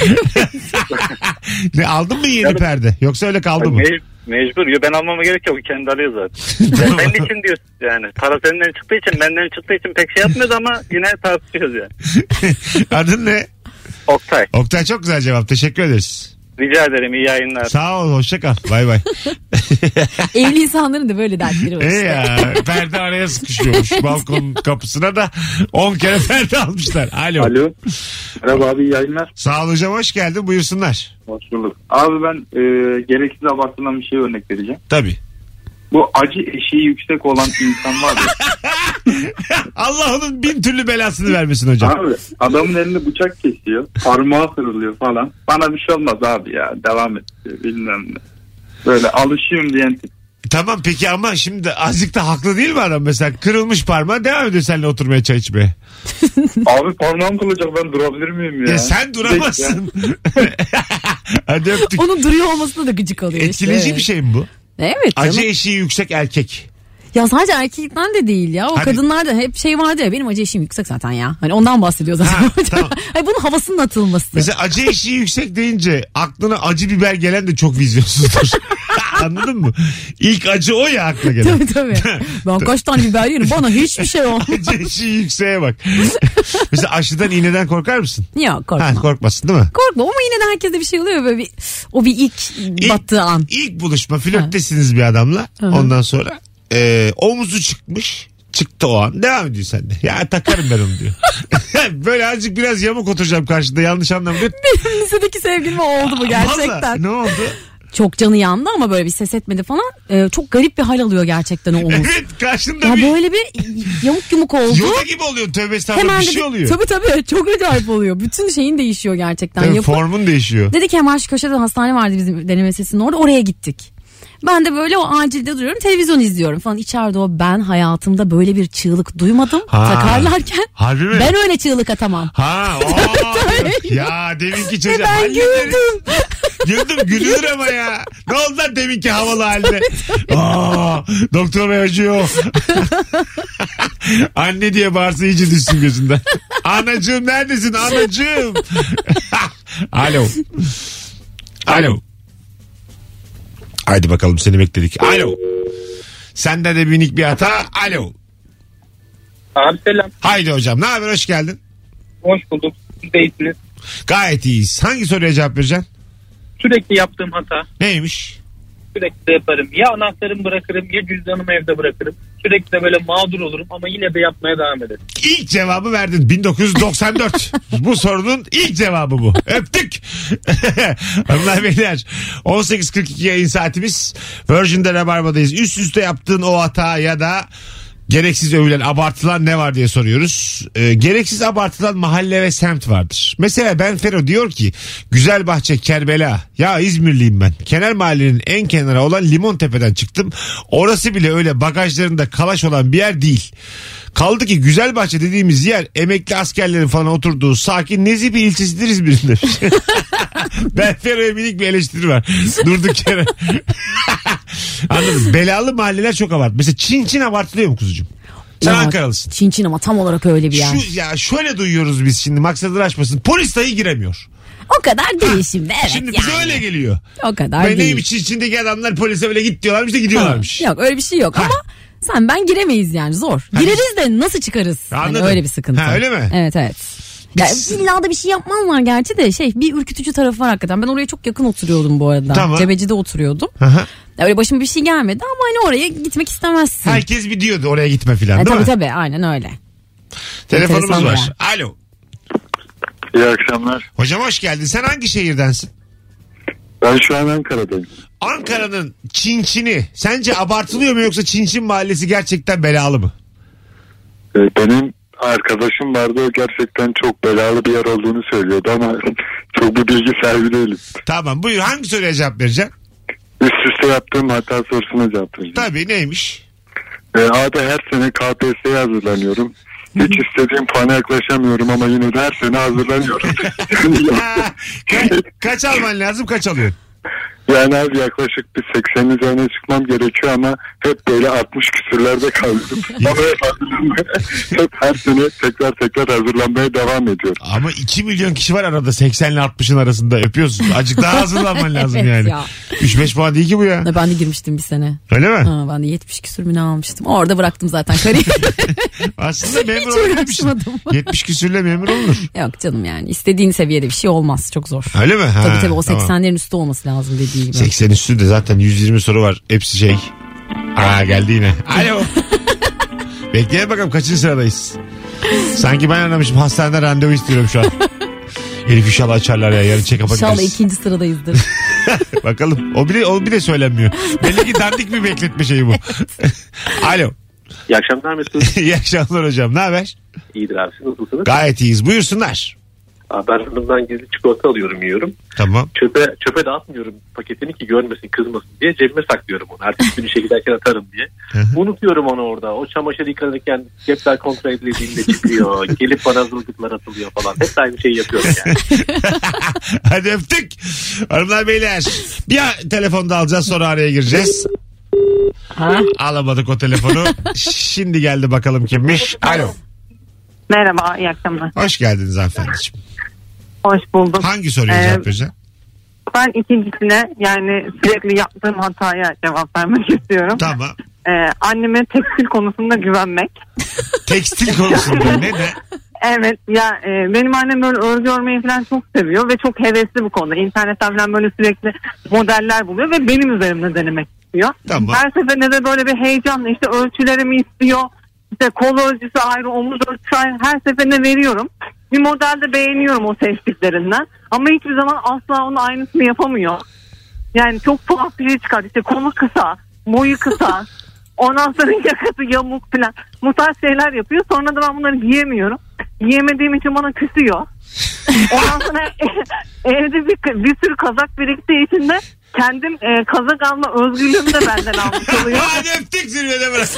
Ne aldın mı yeni Yani- perde? Yoksa öyle kaldı mı? Me- mecbur. Yo, ben almama gerek yok. Kendi alıyor zaten. Ya, senin için diyorsun yani. Para senden çıktığı için, benden çıktığı için pek şey yapmıyoruz ama yine tartışıyoruz yani. Adın ne? Oktay. Oktay çok güzel cevap. Teşekkür ederiz. Rica ederim. İyi yayınlar. Sağ ol. Hoşça kal. Bay bay. Evli insanların da böyle dertleri var E işte. ya perde araya sıkışıyormuş. Balkonun kapısına da on kere perde almışlar. Alo. Alo. Merhaba abi, iyi yayınlar. Sağ ol hocam, hoş geldin. Buyursunlar. Hoş bulduk. Abi ben e, gereksiz abartılan bir şey örnek vereceğim. Tabii. Bu acı eşiği yüksek olan insan var ya. Allah onun bin türlü belasını vermesin hocam. Abi adamın elinde bıçak kesiyor. Parmağı kırılıyor falan. Bana bir şey olmaz abi ya. Devam et diyor, bilmem ne. Böyle alışıyorum diyen tip. Tamam peki ama şimdi azıcık da haklı değil mi adam? Mesela kırılmış parmağı devam ediyor seninle oturmaya çay içmeye. Abi parmağım kırılacak, ben durabilir miyim ya? Ya sen duramazsın. Hadi öptük. Onun duruyor olmasına da gıcık oluyor işte. Etkileyici bir şey mi bu? Evet canım. Acı eşiği yüksek erkek. Ya sadece erkekten de değil ya. O Hadi. kadınlarda hep şey vardı ya, benim acı eşiğim yüksek zaten ya. Hani ondan bahsediyor zaten. Ha, tamam. Hayır, bunun havasının atılması. Mesela acı eşiği yüksek deyince aklına acı biber gelen de çok vizyonsuzdur. Anladın mı? İlk acı o ya akla gelen. Tabii tabii. Ben kaç tane biber yerim, bana hiçbir şey olmaz. Acı eşiği yükseğe bak. Mesela aşıdan iğneden korkar mısın? Yok korkma. Ha, korkmasın değil mi? Korkma ama yine de herkeste bir şey oluyor böyle bir, o bir ilk, İlk- battığı an. İlk buluşma flörttesiniz bir adamla. Hı hı. Ondan sonra e, omuzu çıkmış. Çıktı o an. Devam ediyor sen de. Ya takarım ben onu diyor. Böyle azıcık biraz yamuk oturacağım karşında, yanlış anlam diyor. Benim lisedeki sevgilime oldu bu gerçekten. Vallahi, ne oldu? Çok canı yandı ama böyle bir ses etmedi falan. Ee, çok garip bir hal alıyor gerçekten o omuz. Evet, karşında Ya bir böyle bir yamuk yumuk oldu. yoga gibi oluyor, tövbe estağfurullah, Hemen bir dedi, şey oluyor. tabii tabii çok acayip oluyor. Bütün şeyin değişiyor gerçekten. Tabii, Yapı- formun değişiyor. Dedi ki hemen şu köşede hastane vardı bizim deneme sesinin orada, oraya gittik. Ben de böyle o acilde duruyorum, televizyon izliyorum falan, içeride o, ben hayatımda böyle bir çığlık duymadım Ha. takarlarken. Harbi mi? Ben öyle çığlık atamam. Ha, o. Ya deminki çocuğa. Ben güldüm. Güldüm, gülünür ama ya. Ne oldu lan deminki havalı halde? Aa, doktor bey acıyor. Anne diye bağırsa iyice düşsün gözünden. Anacığım neredesin anacığım? Alo. Alo. Haydi bakalım, seni bekledik. Alo. Sende de minik bir hata. Alo. Abi selam. Haydi hocam, ne haber, hoş geldin. Hoş bulduk. Siz de iyisiniz. Gayet iyiyiz. Hangi soruya cevap vereceksin? Sürekli yaptığım hata. Neymiş? Sürekli de yaparım. Ya anahtarımı bırakırım ya cüzdanımı evde bırakırım. Sürekli de böyle mağdur olurum ama yine de yapmaya devam ederim. İlk cevabı verdin. bin dokuz yüz doksan dört. Bu sorunun ilk cevabı bu. Öptük. Hanımlar beyler, on sekiz kırk iki yayın saatimiz. Virgin'de Rabarba'dayız. Üst üste yaptığın o hata ya da gereksiz övülen, abartılan ne var diye soruyoruz. Ee, gereksiz abartılan mahalle ve semt vardır. Mesela Ben Fero diyor ki Güzelbahçe, Kerbela. Ya İzmirliyim ben. Kenar mahallenin en kenara olan Limontepe'den çıktım. Orası bile öyle bagajlarında kalaş olan bir yer değil. Kaldı ki Güzelbahçe dediğimiz yer emekli askerlerin falan oturduğu sakin nezih bir ilçesidir İzmir'in demiş. Ben Fero'ya minik bir eleştiri var. Durduk yere. Anladım. Belalı mahalleler çok abart. Mesela Çin Çin abartılıyor mu kuzucuğum? Sen Ya, Ankaralısın. Çin Çin ama tam olarak öyle bir yer. Şu, ya şöyle duyuyoruz biz şimdi, maksadını açmasın. Polis dahi giremiyor. O kadar değil şimdi, evet Şimdi yani. bize öyle geliyor. O kadar Ve değil. neymiş, içindeki adamlar polise böyle git diyorlarmış da gidiyorlarmış. Ha, yok öyle bir şey yok Ha. ama sen ben giremeyiz yani, zor. Ha. Gireriz de nasıl çıkarız? Anladım. Hani öyle bir sıkıntı. Ha, öyle mi? Evet evet. Ya, illa da bir şey yapmazlar gerçi de şey, bir ürkütücü tarafı var hakikaten. Ben oraya çok yakın oturuyordum bu arada. Tamam. Cebeci'de oturuyordum. Aha. Ya öyle başıma bir şey gelmedi ama hani oraya gitmek istemezsin. Herkes bir diyordu oraya gitme filan, E, değil tabii mi? tabii aynen öyle. Telefonumuz Enteresan var. yani. Alo. İyi akşamlar. Hocam hoş geldin. Sen hangi şehirdensin? Ben şu an Ankara'dayım. Ankara'nın Çin Çin'i sence abartılıyor mu, yoksa Çin Çin mahallesi gerçekten belalı mı? Ee, Benim arkadaşım vardı, o gerçekten çok belalı bir yer olduğunu söylüyordu ama çok bir bilgi sahibi değilim. Tamam, buyur, hangi soruya cevap vereceksin? Üst üste yaptığım hata sorusuna cevap vereceğim. Tabii, neymiş? Ee, A'da her sene K P S S'ye hazırlanıyorum. Hiç istediğim puana yaklaşamıyorum ama yine de her sene hazırlanıyorum. Ha, ka- kaç alman lazım, kaç alıyorsun? Yani abi yaklaşık bir seksenin üzerine çıkmam gerekiyor ama hep böyle altmış küsürlerde kaldım. Ama hep, hep her sene tekrar tekrar hazırlanmaya devam ediyorum. Ama iki milyon kişi var arada, seksen ile altmışın arasında, öpüyorsun. Azıcık daha hazırlanman lazım Evet yani. ya. üç beş puan değil ki bu ya. Ben de girmiştim bir sene. Öyle mi? Ha, ben de yetmiş küsür mü ne almıştım. Orada bıraktım zaten kariyeri. Aslında memur Hiç olabilirmişsin. uğraşmadım. yetmiş küsürle memur olunur. Yok canım, yani istediğin seviyede bir şey olmaz, çok zor. Öyle mi? Ha, Tabii tabii o tamam. seksenlerin üstü olması lazım dediği gibi. seksen üstü de zaten yüz yirmi soru var. Hepsi şey. Aa, geldi yine. Alo. Bekleyelim bakalım kaçıncı sıradayız. Sanki ben aramışım, hastanede randevu istiyorum şu an. Elif inşallah açarlar ya, yarın check-up'a İnşallah gideriz. ikinci sıradayızdır. Bakalım. O bile, o bile söylenmiyor. Belli ki dandik bir bekletme şeyi bu. Alo. İyi akşamlar Mesut. İyi akşamlar hocam. Ne haber? İyidir abi, siz nasılsınız? Gayet iyiyiz. Buyursunlar. Abi ben hanımdan gizli çikolata alıyorum, yiyorum. Tamam. Çöpe çöpe dağıtmıyorum paketini ki görmesin, kızmasın diye, cebime saklıyorum onu. Ertesi gün işe giderken atarım diye. Unutuyorum onu orada. O çamaşır yıkanırken cepler kontrol edildiğinde çıkıyor. Gelip bana zılgıtlar atılıyor falan. Hep aynı şeyi yapıyorum yani. Hadi öptük. Hanımlar beyler. Bir telefonda alacağız, sonra araya gireceğiz. Ha? Alamadık o telefonu. Şimdi geldi, bakalım kimmiş. Alo. Merhaba, iyi akşamlar. Hoş geldiniz hanımefendiciğim. Hoş buldum. Hangi soruya Ee, cevap vereceksin? Ben ikincisine, yani sürekli yaptığım hataya cevap vermek istiyorum. Tamam. Ee, anneme tekstil konusunda güvenmek. Tekstil konusunda ne ne? Evet ya, e, benim annem böyle örgü örmeyi falan çok seviyor ve çok hevesli bu konuda. İnternetten falan böyle sürekli modeller buluyor ve benim üzerimde denemek istiyor. Tamam. Her seferinde de böyle bir heyecanla işte ölçülerimi istiyor. İşte kol ölçüsü ayrı, omuz ölçüsü ayrı, her seferinde veriyorum. Bir modelde beğeniyorum o seçtiklerinden. Ama hiçbir zaman asla onun aynısını yapamıyor. Yani çok tuhaf bir şey çıkar. İşte kolu kısa, boyu kısa. Ondan sonra yakası yamuk falan. Bu tarz şeyler yapıyor. Sonra da ben bunları giyemiyorum. Giyemediğim için bana küsüyor. Ondan sonra evde bir, bir sürü kazak biriktiği için de kendim e, kazak alma özgürlüğümü de benden almış oluyor. Hadi öptük zirvede bırak.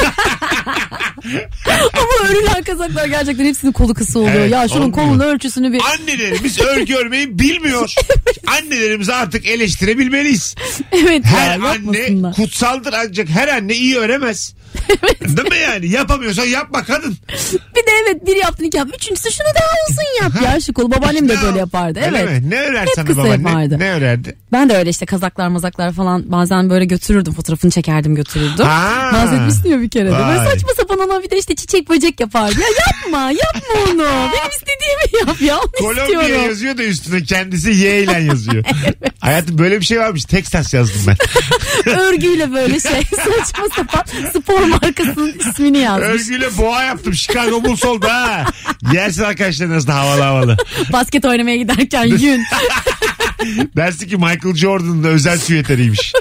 Ama örülen kazaklar gerçekten hepsinin kolu kısa oluyor. Evet, ya şunun olmuyor. kolunun ölçüsünü bir... Annelerimiz örgü örmeyi bilmiyor. Annelerimizi artık eleştirebilmeliyiz. Evet her ya, anne yapmasınlar. kutsaldır ancak her anne iyi öremez. Evet. Değil mi yani? Yapamıyorsan yapma kadın. Bir de evet biri yaptın iki yaptın. Üçüncüsü şunu daha uzun yap ya şu kolu. Babaannem de böyle yapardı. Öyle Evet. mi? Ne örer Hep sana kısa babaanne? yapardı. Ne örerdi? Ben de öyle işte kazaklar mazaklar falan bazen böyle götürürdüm. Fotoğrafını çekerdim götürürdüm. Ha. Bahsetmiştim ya bir kere de. Böyle Vay. saçma sapan ona bir de işte çiçek böcek yapardı. Ya yapma yapma onu. Benim istediğimi yap ya. Onu Kolombiya istiyorum. yazıyor da üstüne kendisi Y ile yazıyor. Evet. Hayatım böyle bir şey varmış. Texas yazdım ben. Örgüyle böyle şey saçma sapan spor markasının ismini yazmış. Örgüyle boğa yaptım. Chicago Bulls oldu ha. Yersin arkadaşlar nasıl havalı havalı. Basket oynamaya giderken yün. Dersin ki Michael Jordan'ın da özel süveteriymiş.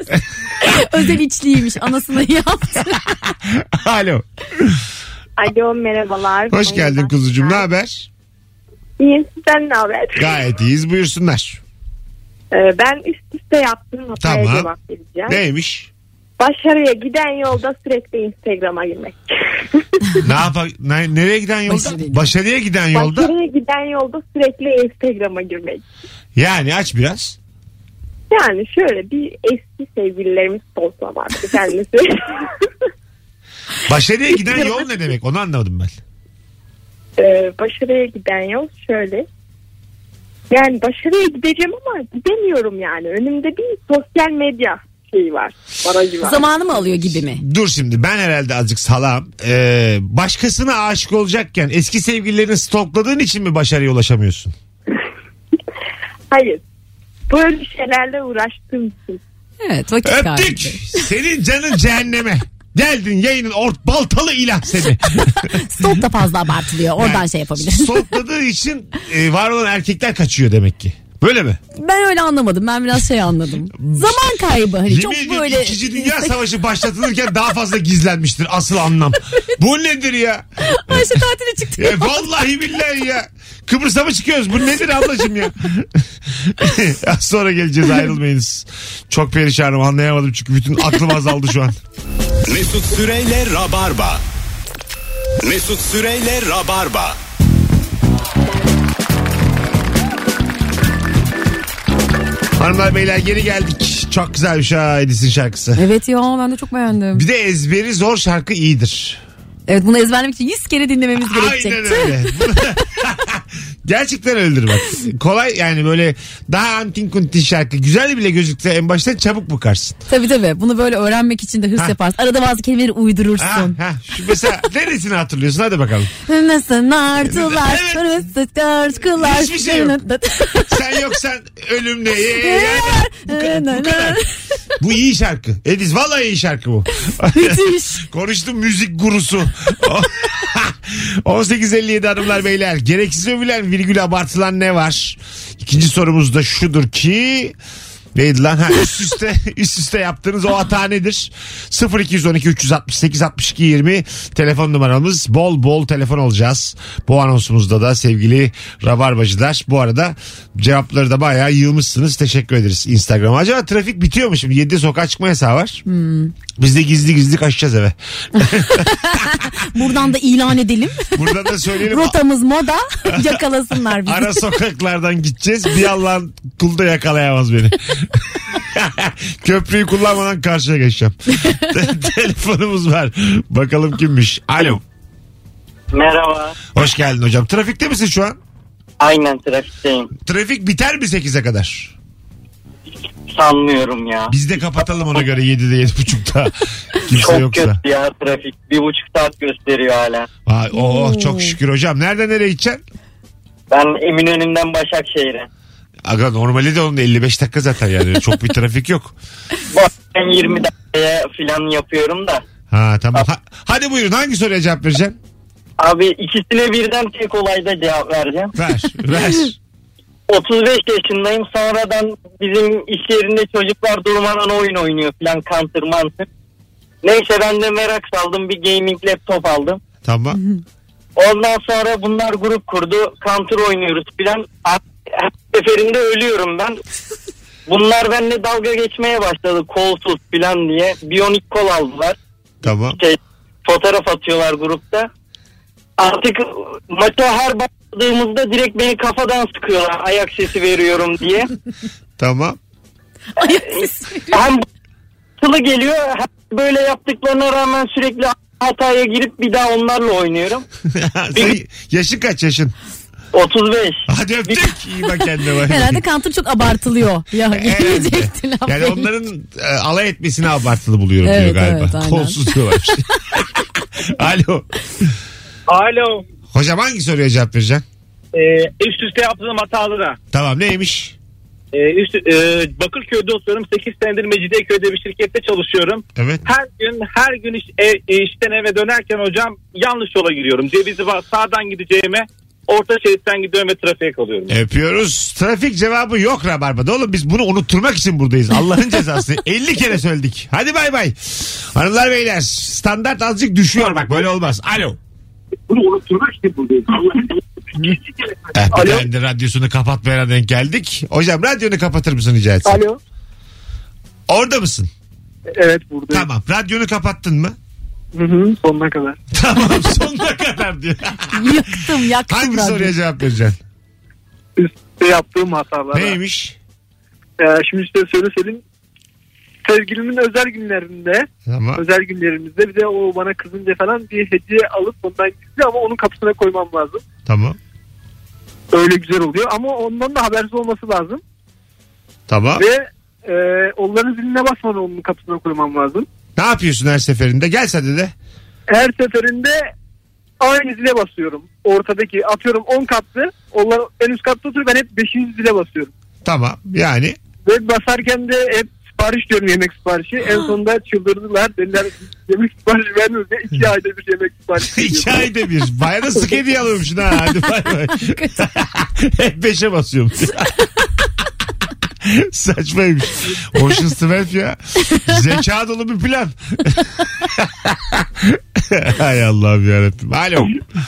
Özel içliymiş. Anasına yaptı. Alo. Alo merhabalar. Hoş geldin kuzucuğum. Ne haber? İyiyim, sizden ne haber? Gayet iyiyiz. Buyursunlar. Ee, ben üst üste yaptığım hataya Tamam. cevap vereceğim. Neymiş? Başarıya giden yolda sürekli Instagram'a girmek. Ne yapa ne, nereye giden yolda? Başarıya. Başarıya giden yolda. Başarıya giden yolda sürekli Instagram'a girmek. Yani aç biraz. Yani şöyle bir eski sevgililerimiz toplamak kendisi. Başarıya giden yol ne demek? Onu anlamadım ben. Ee, başarıya giden yol şöyle. Yani başarıya gideceğim ama gidemiyorum yani. Önümde bir sosyal medya şeyi var. Barajı var. Zamanı mı alıyor gibi mi? Dur şimdi ben herhalde azıcık salam. Ee, başkasına aşık olacakken eski sevgililerini stalkladığın için mi başarıya ulaşamıyorsun? Hayır. Böyle şeylerle uğraştığım için. Evet vakit Öptük. kaybı. Senin canın cehenneme. Geldin yayının ort baltalı ilah seni. Stok da fazla abartılıyor. Oradan Yani şey yapabilir. Stalkladığı için e, var olan erkekler kaçıyor demek ki. Böyle mi? Ben öyle anlamadım. Ben biraz şey anladım. Zaman kaybı. Hani Yemin çok ediyorum böyle... İkinci Dünya Savaşı başlatılırken daha fazla gizlenmiştir asıl anlam. Bu nedir ya? Ayşe tatile çıktı. Ya vallahi billahi ya. Kıbrıs'a mı çıkıyoruz? Bu nedir ablacığım ya? Az sonra geleceğiz, ayrılmayınız. Çok perişanım, anlayamadım çünkü bütün aklım azaldı şu an. Mesut Süreyle Rabarba. Mesut Süreyle Rabarba. Hanımlar beyler geri geldik. Çok güzel bir şey Edis'in şarkısı. Evet ya ben de çok beğendim. Bir de ezberi zor şarkı iyidir. Evet bunu ezberlemek için yüz kere dinlememiz gerekecek. Aynen öyle. Gerçekten öyledir bak. Kolay yani böyle daha antin kuntin şarkı güzel bile gözükse en başta çabuk bıkarsın. Tabii tabii bunu böyle öğrenmek için de hırs Ha. yaparsın. Arada bazı kelimeleri uydurursun. Ha, ha. Şu mesela neresini hatırlıyorsun hadi bakalım. Nasıl nartılar, Evet. kırıştıklar, Hiçbir şey yok. Sen yoksan ölüm ne? Bu, kadar, bu kadar. Bu iyi şarkı. Ediz vallahi iyi şarkı bu. Müthiş. Konuştum müzik gurusu. on sekiz elli yedi hanımlar beyler. Gereksiz övülen virgül abartılan ne var? İkinci sorumuz da şudur ki neydi lan? Ha, üst üste üst üste yaptığınız o hata nedir? sıfır iki on iki üç altı sekiz altmış iki yirmi telefon numaramız. Bol bol telefon alacağız. Bu anonsumuzda da sevgili rabarbacılar. Bu arada cevapları da bayağı yığmışsınız. Teşekkür ederiz Instagram'a. Acaba trafik bitiyor mu şimdi? yedide sokağa çıkma yasağı var. Hmm. Biz de gizli gizli kaçacağız eve. Buradan da ilan edelim. Buradan da söyleyelim. Rotamız moda. Yakalasınlar bizi. Ara sokaklardan gideceğiz. Bir Allah'ın kulu da yakalayamaz beni. Köprüyü kullanmadan karşıya geçeceğim. Telefonumuz var. Bakalım kimmiş. Alo. Merhaba. Hoş geldin hocam. Trafikte misin şu an? Aynen trafikteyim. Trafik biter mi sekize kadar? Sanmıyorum ya. Biz de kapatalım ona göre yedide yedi buçukta. Kimse Çok yoksa. kötü ya trafik. Bir buçuk saat gösteriyor hala. Vay, oh, çok şükür hocam. Nereden nereye gideceksin? Ben Eminönü'nden Başakşehir'e. Aga normali de onun elli beş dakika zaten yani. Çok bir trafik yok. Bu ben yirmi dakikaya falan yapıyorum da. Ha tamam. Ha, hadi buyurun, hangi soruya cevap vereceksin? Abi ikisine birden tek olayda cevap vereceğim. Ver ver. otuz beş yaşındayım. Sonradan bizim iş yerinde çocuklar durmadan oyun oynuyor falan, Counter Manter. Neyse ben de merak saldım, bir gaming laptop aldım. Tamam. Ondan sonra bunlar grup kurdu. Counter oynuyoruz falan. Her seferinde ölüyorum ben. Bunlar benimle dalga geçmeye başladı, kolsuz falan diye. Biyonik kol aldılar. Tamam. İşte, fotoğraf atıyorlar grupta. Artık maça her başladığımızda direkt beni kafadan sıkıyorlar, ayak sesi veriyorum diye. Tamam. Hem sılı geliyor, hem böyle yaptıklarına rağmen sürekli hataya girip bir daha onlarla oynuyorum. Sen yaşın kaç yaşın? otuz beş. Hadi öptük. İyi bak kendine bak. Herhalde Counter çok abartılıyor. Ya gelecekti laf. Yani onların e, alay etmesini abartılı buluyorum evet, diyor galiba. Evet, kolsuz diyorlar. Alo. Alo. Hocam hangi soruya cevap vereceksin? Ee, üst üste yaptığım hatalı da. Tamam, neymiş? Ee, üst, e, Bakırköy'de oturuyorum. sekiz senedir Mecidiyeköy'de bir şirkette çalışıyorum. Evet. Her gün her gün iş, e, işten eve dönerken hocam yanlış yola giriyorum. Cevizi var, sağdan gideceğime orta şeritten gidiyorum ve trafiğe kalıyorum. Öpüyoruz. Trafik cevabı yok Rabarba'da. Oğlum biz bunu unutturmak için buradayız. Allah'ın cezası. elli kere söyledik. Hadi bay bay. Hanımlar beyler, standart azıcık düşüyor bak, böyle olmaz. Alo. Bunu unutturmak için buradayız. Eh, bir tane de radyosunu kapatmayana denk geldik. Hocam radyonu kapatır mısın rica etsem? Alo. Orada mısın? Evet, buradayım. Tamam. Radyonu kapattın mı? Hı hı, sonuna kadar. Tamam, sonuna kadar diyor. Yaktım yaktım. Hangi radyo. soruya cevap vereceksin? Üstte yaptığım hatalar. Neymiş? Ee, şimdi işte söyle Selin. Sevgilimin özel günlerinde, Tamam. özel günlerimizde bir de o bana kızınca falan bir hediye alıp ondan gizli ama onun kapısına koymam lazım. Tamam. Öyle güzel oluyor ama ondan da habersiz olması lazım. Tamam. Ve e, onların ziline basmadan onun kapısına koymam lazım. Ne yapıyorsun her seferinde? Gel sen de. Her seferinde aynı zile basıyorum. Ortadaki atıyorum on katlı. Onlar en üst katta oturuyor, ben hep beşinci zile basıyorum. Tamam yani. Ve basarken de hep sipariş diyorum, yemek siparişi. En sonunda çıldırdılar. Dediler yemek siparişi vermiyoruz ya, iki ayda bir yemek siparişi. İki ayda bir. Bayağı da sık hediye alıyormuşsun ha. Hadi bay bay. Hep beşe basıyorum. Saçmaymış. Ocean's Twelve ya. Zeka dolu bir plan. Hay Allah'ım yarabbim. Alo.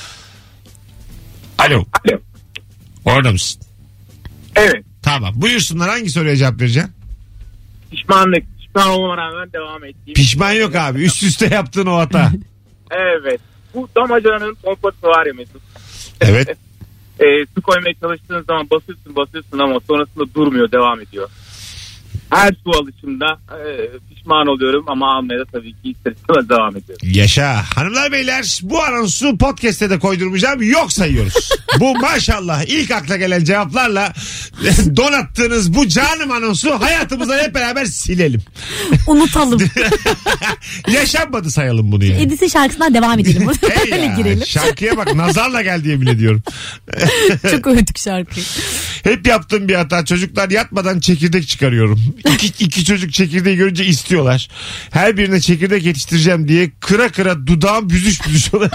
Alo. Alo. Orada mısın? Evet. Tamam. Buyursunlar, hangi soruya cevap vereceksin? Pişmanlık. Pişman olmama rağmen devam ettiğim. Pişman yok abi. Üst üste yaptığın o hata. Evet. Bu damacananın pompası var ya Mesut. Evet. e, su koymaya çalıştığın zaman basıyorsun basıyorsun ama sonrasında durmuyor, devam ediyor. Her su alışımda e, pişman oluyorum ama almaya da tabii ki ister istemez devam ediyorum. Yaşa. Hanımlar beyler, bu anonsu podcast'e de koydurmayacağım. Yok sayıyoruz. Bu maşallah ilk akla gelen cevaplarla donattığınız bu canım anonsu hayatımızdan hep beraber silelim. Unutalım. Yaşanmadı sayalım bunu yani. Edisi şarkısından devam edelim. Hey Öyle ya, girelim. şarkıya bak, nazarla geldi yemin ediyorum. Çok övdük şarkıyı. Hep yaptığım bir hata. Çocuklar yatmadan çekirdek çıkarıyorum. İki, iki çocuk çekirdeği görünce istiyorlar. Her birine çekirdek yetiştireceğim diye kıra kıra dudağım büzüş büzüş oluyor.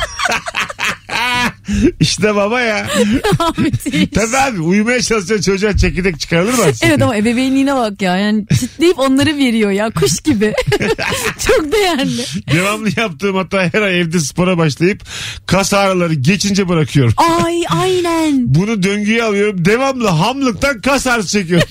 İşte baba ya. Tabii abi, uyumaya çalışan çocuğa çekirdek çıkarılır mı aslında? Evet ama ebeveynliğine bak ya. Yani çitleyip onları veriyor ya. Kuş gibi. Çok değerli. Devamlı yaptığım hata, her ay evde spora başlayıp kas ağrıları geçince bırakıyorum. Ay aynen. Bunu döngüye alıyorum. Devamlı hamlıktan kas ağrısı çekiyorum.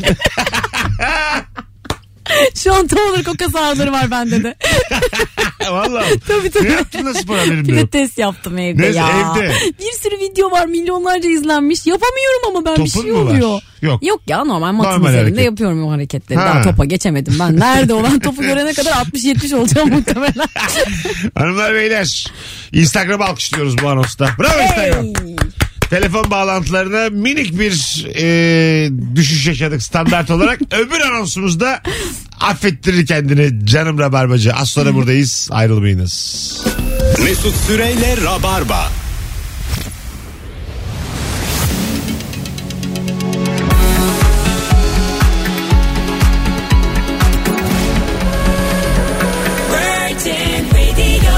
Şu an tam olarak o kas ağrıları var bende de. Vallahi. Tabii tabii. Ne yaptın da spor haberim yok. Pilates yaptım evde Neyse, ya. evde. Bir sürü video var, milyonlarca izlenmiş. Yapamıyorum ama ben. Topun bir şey mu var? oluyor. Yok. Yok ya, normal matın Normal üzerinde hareket. yapıyorum o hareketleri. Ha. Daha topa geçemedim ben. Nerede olan topu görene kadar altmış yetmiş olacağım muhtemelen. Hanımlar beyler, Instagram'ı alkışlıyoruz bu anonsta. Bravo Instagram. Hey. Telefon bağlantılarına minik bir e, düşüş yaşadık standart olarak. Öbür anonsumuzda affettirir kendini canım Rabarbacı. Az sonra buradayız, ayrılmayınız. Mesut Süreyle Rabarba. Virgin Radio.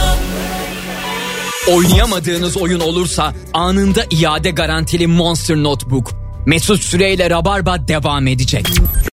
Oynayamadığınız oyun olursa anında iade garantili Monster Notebook. Mesut Süreyle Rabarba devam edecek.